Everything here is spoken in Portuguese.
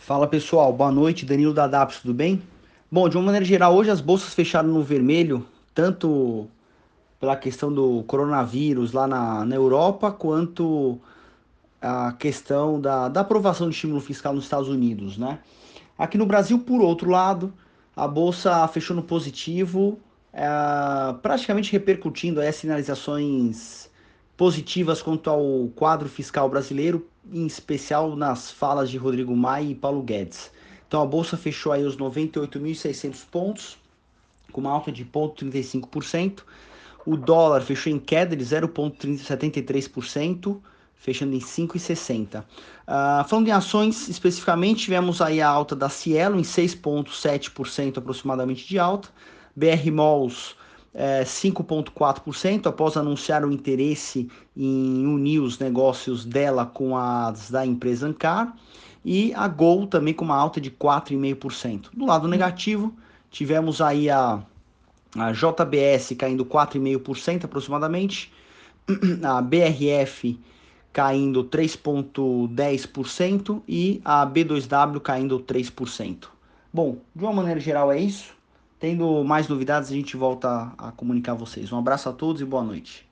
Fala pessoal, boa noite, Danilo da Daps, tudo bem? Bom, de uma maneira geral, hoje as bolsas fecharam no vermelho, tanto pela questão do coronavírus lá na Europa, quanto a questão da aprovação de estímulo fiscal nos Estados Unidos, né? Aqui no Brasil, por outro lado, a bolsa fechou no positivo, praticamente repercutindo aí as sinalizações positivas quanto ao quadro fiscal brasileiro, em especial nas falas de Rodrigo Maia e Paulo Guedes. Então a bolsa fechou aí os 98.600 pontos, com uma alta de 0,35%. O dólar fechou em queda de 0,73%, fechando em 5,60. Falando em ações, especificamente, tivemos aí a alta da Cielo em 6,7% aproximadamente de alta. BR Malls 5,4% após anunciar o interesse em unir os negócios dela com as da empresa Ancar. E a Gol também com uma alta de 4,5%. Do lado negativo, tivemos aí a JBS caindo 4,5% aproximadamente, a BRF caindo 3,10% e a B2W caindo 3%. Bom, de uma maneira geral é isso. Tendo mais novidades, a gente volta a comunicar a vocês. Um abraço a todos e boa noite.